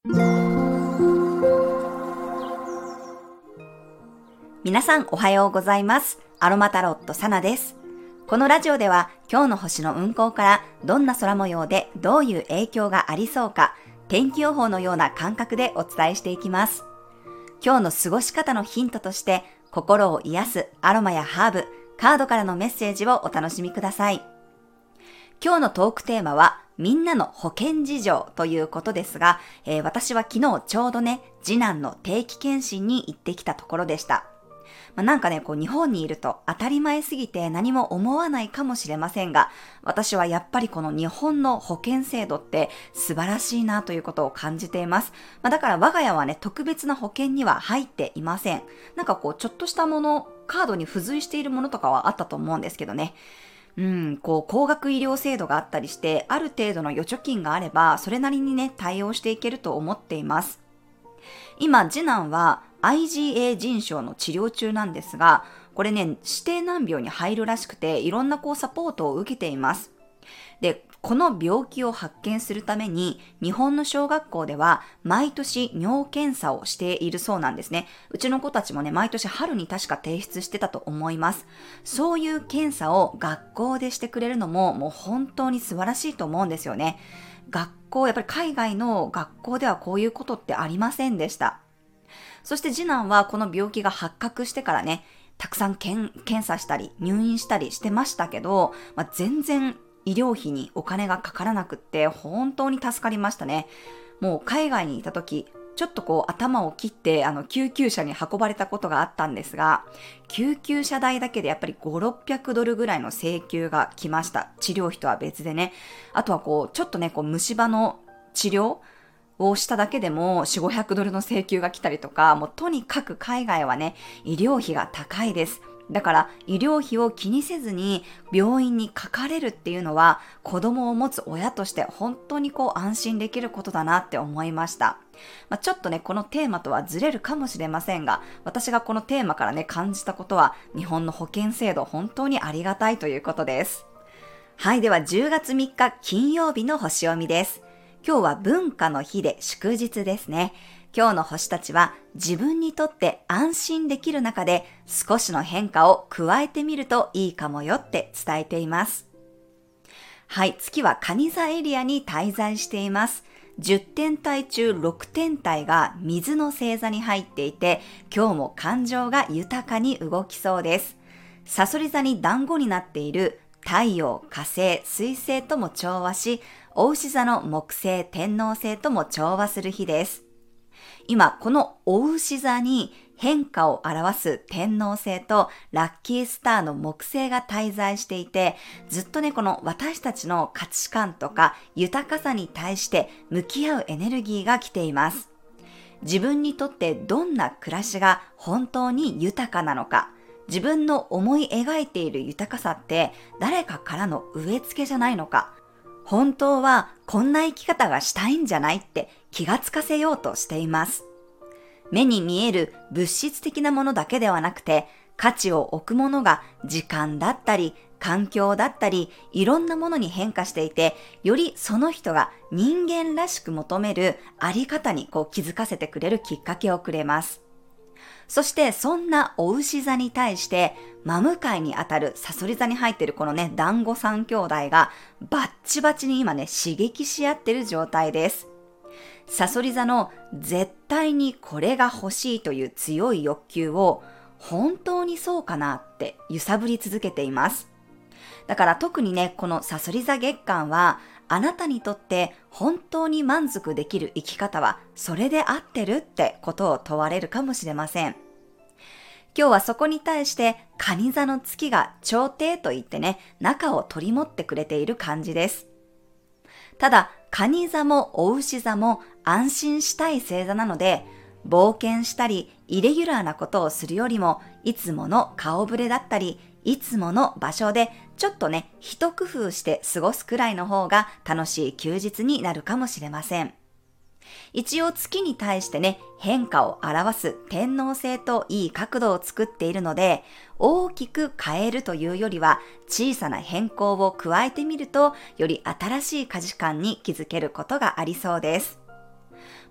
皆さんおはようございます。アロマタロットサナです。このラジオでは今日の星の運行からどんな空模様でどういう影響がありそうか、天気予報のような感覚でお伝えしていきます。今日の過ごし方のヒントとして心を癒すアロマやハーブ、カードからのメッセージをお楽しみください。今日のトークテーマはみんなの保険事情ということですが、私は昨日ちょうどね、次男の定期検診に行ってきたところでした。なんかね、日本にいると当たり前すぎて何も思わないかもしれませんが、私はやっぱりこの日本の保険制度って素晴らしいなということを感じています。だから我が家はね、特別な保険には入っていません。ちょっとしたもの、カードに付随しているものとかはあったと思うんですけどね。高額医療制度があったりして、ある程度の預貯金があれば、それなりにね、対応していけると思っています。今、次男は IgA 腎症の治療中なんですが、これね、指定難病に入るらしくて、いろんなサポートを受けています。で、この病気を発見するために、日本の小学校では毎年尿検査をしているそうなんですね。うちの子たちもね、毎年春に確か提出してたと思います。そういう検査を学校でしてくれるのも、もう本当に素晴らしいと思うんですよね。学校、やっぱり海外の学校ではこういうことってありませんでした。そして次男はこの病気が発覚してからね、たくさん検査したり入院したりしてましたけど、全然医療費にお金がかからなくって本当に助かりましたね。もう海外にいた時、ちょっと頭を切って救急車に運ばれたことがあったんですが、救急車代だけでやっぱり5、600ドルぐらいの請求が来ました。治療費とは別でね。あとはちょっとね、虫歯の治療をしただけでも4、500ドルの請求が来たりとか、もうとにかく海外はね、医療費が高いです。だから医療費を気にせずに病院にかかれるっていうのは、子供を持つ親として本当に安心できることだなって思いました。ちょっとね、このテーマとはずれるかもしれませんが、私がこのテーマからね、感じたことは、日本の保険制度本当にありがたいということです。はい、では10月3日金曜日の星読みです。今日は文化の日で祝日ですね。今日の星たちは自分にとって安心できる中で少しの変化を加えてみるといいかもよって伝えています。はい、月は蟹座エリアに滞在しています。10天体中6天体が水の星座に入っていて、今日も感情が豊かに動きそうです。蠍座に団子になっている太陽、火星、水星とも調和し、牡牛座の木星、天王星とも調和する日です。今、この牡牛座に変化を表す天王星とラッキースターの木星が滞在していて、ずっとね、この私たちの価値観とか豊かさに対して向き合うエネルギーが来ています。自分にとってどんな暮らしが本当に豊かなのか、自分の思い描いている豊かさって誰かからの植え付けじゃないのか、本当はこんな生き方がしたいんじゃないって気がつかせようとしています。目に見える物質的なものだけではなくて、価値を置くものが時間だったり、環境だったり、いろんなものに変化していて、よりその人が人間らしく求めるあり方に気づかせてくれるきっかけをくれます。そしてそんな牡牛座に対して真向かいにあたる蠍座に入っているこのね、団子三兄弟がバッチバチに今ね、刺激し合っている状態です。蠍座の絶対にこれが欲しいという強い欲求を本当にそうかなって揺さぶり続けています。だから特にね、この蠍座月間はあなたにとって本当に満足できる生き方はそれで合ってるってことを問われるかもしれません。今日はそこに対して蟹座の月が調停といってね、中を取り持ってくれている感じです。ただ、蟹座も牡牛座も安心したい星座なので、冒険したりイレギュラーなことをするよりも、いつもの顔ぶれだったり、いつもの場所でちょっとね、一工夫して過ごすくらいの方が楽しい休日になるかもしれません。一応月に対してね、変化を表す天王星といい角度を作っているので、大きく変えるというよりは小さな変更を加えてみると、より新しい価値観に気づけることがありそうです。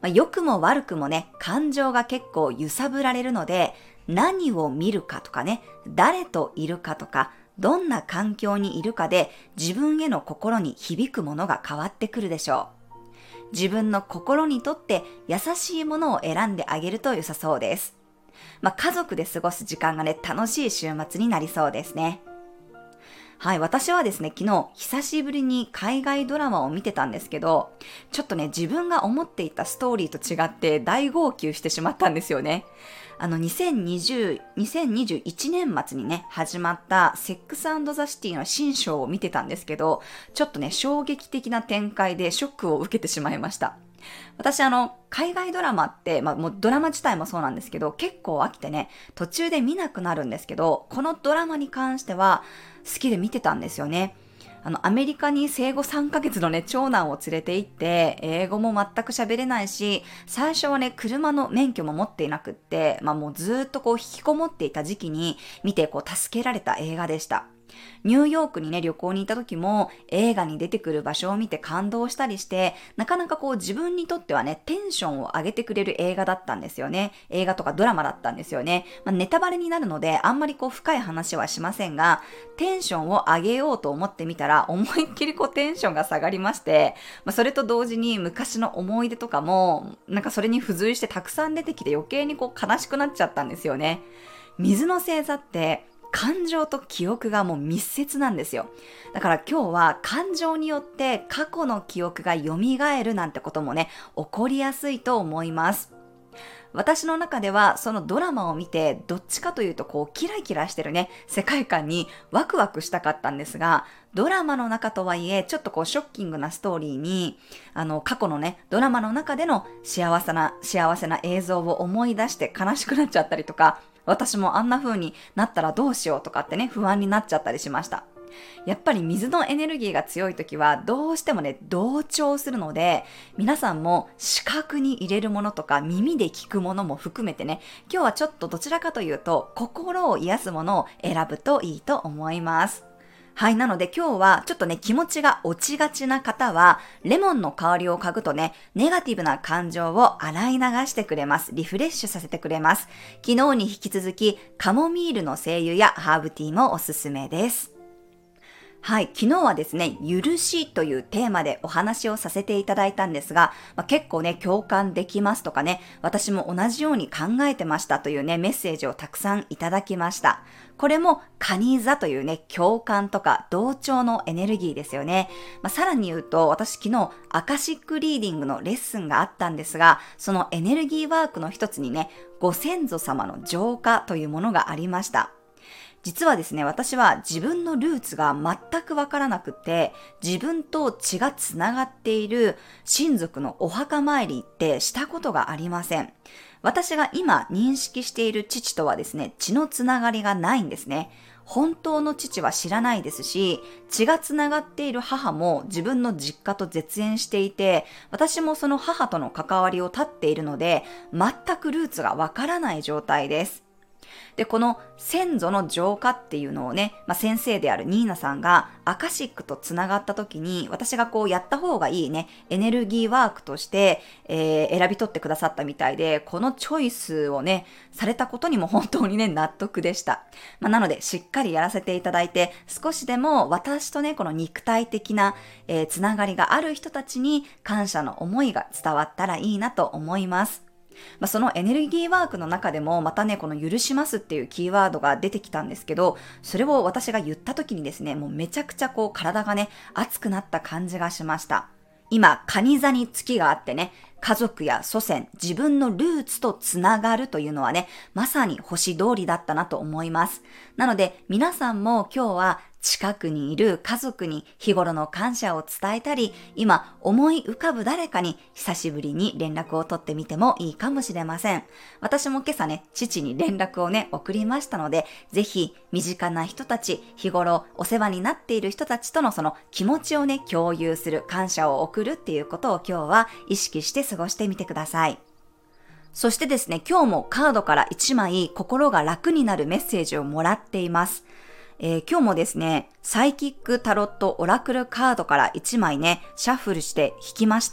良くも悪くもね、感情が結構揺さぶられるので、何を見るかとかね、誰といるかとか、どんな環境にいるかで自分への心に響くものが変わってくるでしょう。自分の心にとって優しいものを選んであげると良さそうです。家族で過ごす時間がね、楽しい週末になりそうですね。はい、私はですね、昨日久しぶりに海外ドラマを見てたんですけど、ちょっとね、自分が思っていたストーリーと違って大号泣してしまったんですよね。2021年末にね、始まったセックス&ザ・シティの新章を見てたんですけど、ちょっとね、衝撃的な展開でショックを受けてしまいました。私海外ドラマって、もうドラマ自体もそうなんですけど、結構飽きてね、途中で見なくなるんですけど、このドラマに関しては好きで見てたんですよね。アメリカに生後3ヶ月のね、長男を連れて行って、英語も全く喋れないし、最初はね、車の免許も持っていなくって、もうずっと引きこもっていた時期に見て助けられた映画でした。ニューヨークにね、旅行に行った時も映画に出てくる場所を見て感動したりして、なかなか自分にとってはね、テンションを上げてくれる映画だったんですよね。映画とかドラマだったんですよね。ネタバレになるので、あんまり深い話はしませんが、テンションを上げようと思ってみたら、思いっきりテンションが下がりまして、それと同時に昔の思い出とかも、それに付随してたくさん出てきて余計に悲しくなっちゃったんですよね。水の星座って、感情と記憶がもう密接なんですよ。だから今日は感情によって過去の記憶が蘇るなんてこともね、起こりやすいと思います。私の中ではそのドラマを見てどっちかというとキラキラしてるね、世界観にワクワクしたかったんですが、ドラマの中とはいえちょっとショッキングなストーリーに、過去のね、ドラマの中での幸せな映像を思い出して悲しくなっちゃったりとか、私もあんな風になったらどうしようとかってね、不安になっちゃったりしました。やっぱり水のエネルギーが強い時はどうしてもね、同調するので、皆さんも視覚に入れるものとか耳で聞くものも含めてね、今日はちょっとどちらかというと心を癒すものを選ぶといいと思います。はい、なので今日はちょっとね、気持ちが落ちがちな方は、レモンの香りを嗅ぐとね、ネガティブな感情を洗い流してくれます。リフレッシュさせてくれます。昨日に引き続き、カモミールの精油やハーブティーもおすすめです。はい、昨日はですね、許しというテーマでお話をさせていただいたんですが、結構ね、共感できますとかね、私も同じように考えてましたというね、メッセージをたくさんいただきました。これも蟹座というね、共感とか同調のエネルギーですよね。さらに言うと、私昨日アカシックリーディングのレッスンがあったんですが、そのエネルギーワークの一つにね、ご先祖様の浄化というものがありました。実はですね、私は自分のルーツが全くわからなくて、自分と血がつながっている親族のお墓参りってしたことがありません。私が今認識している父とはですね、血のつながりがないんですね。本当の父は知らないですし、血がつながっている母も自分の実家と絶縁していて、私もその母との関わりを絶っているので、全くルーツがわからない状態です。で、この先祖の浄化っていうのをね、先生であるニーナさんがアカシックとつながった時に、私がやった方がいいね、エネルギーワークとして、選び取ってくださったみたいで、このチョイスをね、されたことにも本当にね、納得でした。なので、しっかりやらせていただいて、少しでも私とね、この肉体的な、つながりがある人たちに感謝の思いが伝わったらいいなと思います。そのエネルギーワークの中でもまたね、この許しますっていうキーワードが出てきたんですけど、それを私が言った時にですね、もうめちゃくちゃ体がね、熱くなった感じがしました。今、蟹座に月があってね、家族や祖先、自分のルーツとつながるというのはね、まさに星通りだったなと思います。なので、皆さんも今日は近くにいる家族に日頃の感謝を伝えたり、今思い浮かぶ誰かに久しぶりに連絡を取ってみてもいいかもしれません。私も今朝ね、父に連絡をね、送りましたので、ぜひ身近な人たち、日頃お世話になっている人たちとのその気持ちをね、共有する、感謝を送るっていうことを今日は意識して過ごしてみてください。そしてですね、今日もカードから1枚心が楽になるメッセージをもらっています。今日もですね、サイキックタロットオラクルカードから1枚ね、シャッフルして引きました。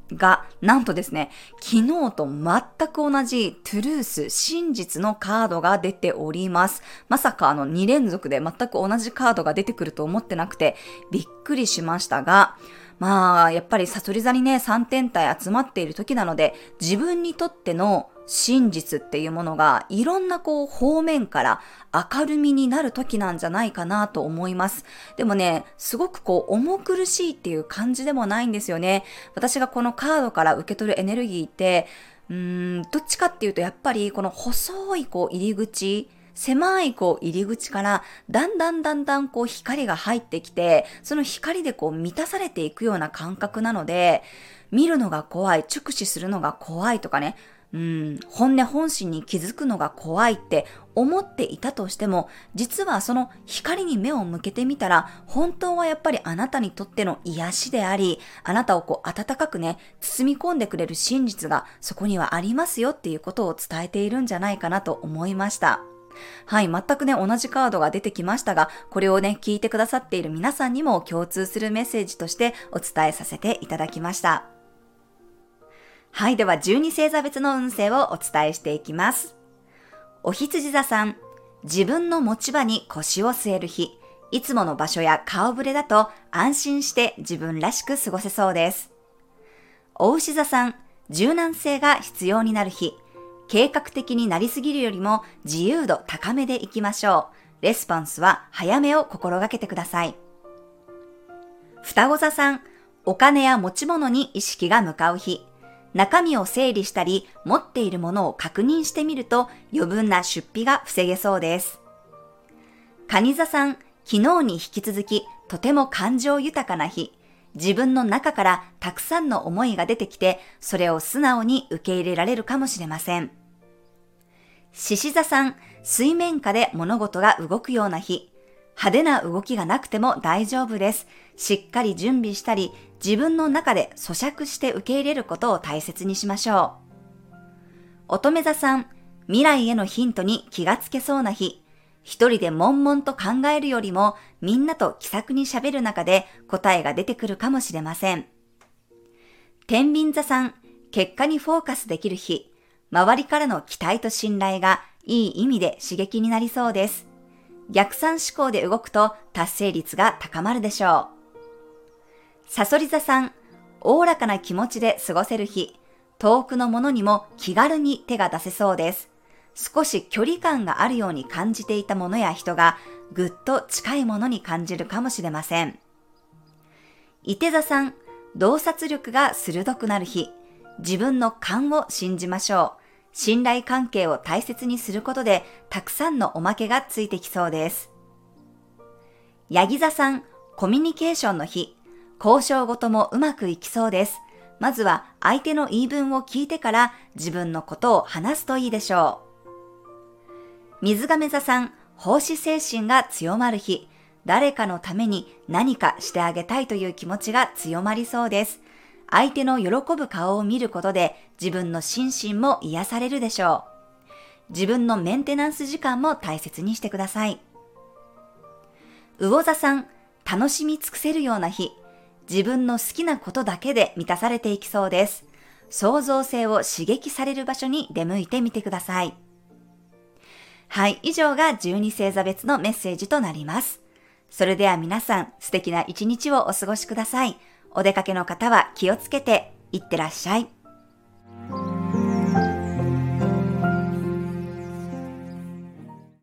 が、なんとですね、昨日と全く同じトゥルース、真実のカードが出ております。まさか2連続で全く同じカードが出てくると思ってなくてびっくりしましたが、やっぱりサソリ座にね、3天体集まっている時なので、自分にとっての真実っていうものがいろんな方面から明るみになる時なんじゃないかなと思います。でもね、すごく重苦しいっていう感じでもないんですよね。私がこのカードから受け取るエネルギーって、どっちかっていうとやっぱりこの細い入り口、狭い入り口からだんだん光が入ってきて、その光で満たされていくような感覚なので、見るのが怖い、直視するのが怖いとかね、本音本心に気づくのが怖いって思っていたとしても、実はその光に目を向けてみたら、本当はやっぱりあなたにとっての癒しであり、あなたを温かくね、包み込んでくれる真実がそこにはありますよっていうことを伝えているんじゃないかなと思いました。はい、全くね、同じカードが出てきましたが、これをね、聞いてくださっている皆さんにも共通するメッセージとしてお伝えさせていただきました。はい、では12星座別の運勢をお伝えしていきます。お羊座さん、自分の持ち場に腰を据える日、いつもの場所や顔ぶれだと安心して自分らしく過ごせそうです。お牛座さん、柔軟性が必要になる日、計画的になりすぎるよりも自由度高めでいきましょう。レスポンスは早めを心がけてください。双子座さん、お金や持ち物に意識が向かう日、中身を整理したり、持っているものを確認してみると余分な出費が防げそうです。蟹座さん、昨日に引き続きとても感情豊かな日、自分の中からたくさんの思いが出てきて、それを素直に受け入れられるかもしれません。獅子座さん、水面下で物事が動くような日、派手な動きがなくても大丈夫です。しっかり準備したり、自分の中で咀嚼して受け入れることを大切にしましょう。乙女座さん、未来へのヒントに気がつけそうな日、一人で悶々と考えるよりも、みんなと気さくに喋る中で答えが出てくるかもしれません。天秤座さん、結果にフォーカスできる日、周りからの期待と信頼がいい意味で刺激になりそうです。逆算思考で動くと達成率が高まるでしょう。さそり座さん、おおらかな気持ちで過ごせる日、遠くのものにも気軽に手が出せそうです。少し距離感があるように感じていたものや人がぐっと近いものに感じるかもしれません。いて座さん、洞察力が鋭くなる日、自分の勘を信じましょう。信頼関係を大切にすることでたくさんのおまけがついてきそうです。ヤギ座さん、コミュニケーションの日、交渉ごともうまくいきそうです。まずは相手の言い分を聞いてから自分のことを話すといいでしょう。水亀座さん、奉仕精神が強まる日、誰かのために何かしてあげたいという気持ちが強まりそうです。相手の喜ぶ顔を見ることで自分の心身も癒されるでしょう。自分のメンテナンス時間も大切にしてください。魚座さん、楽しみ尽くせるような日、自分の好きなことだけで満たされていきそうです。創造性を刺激される場所に出向いてみてください。はい、以上が12星座別のメッセージとなります。それでは皆さん、素敵な一日をお過ごしください。お出かけの方は気をつけていってらっしゃい。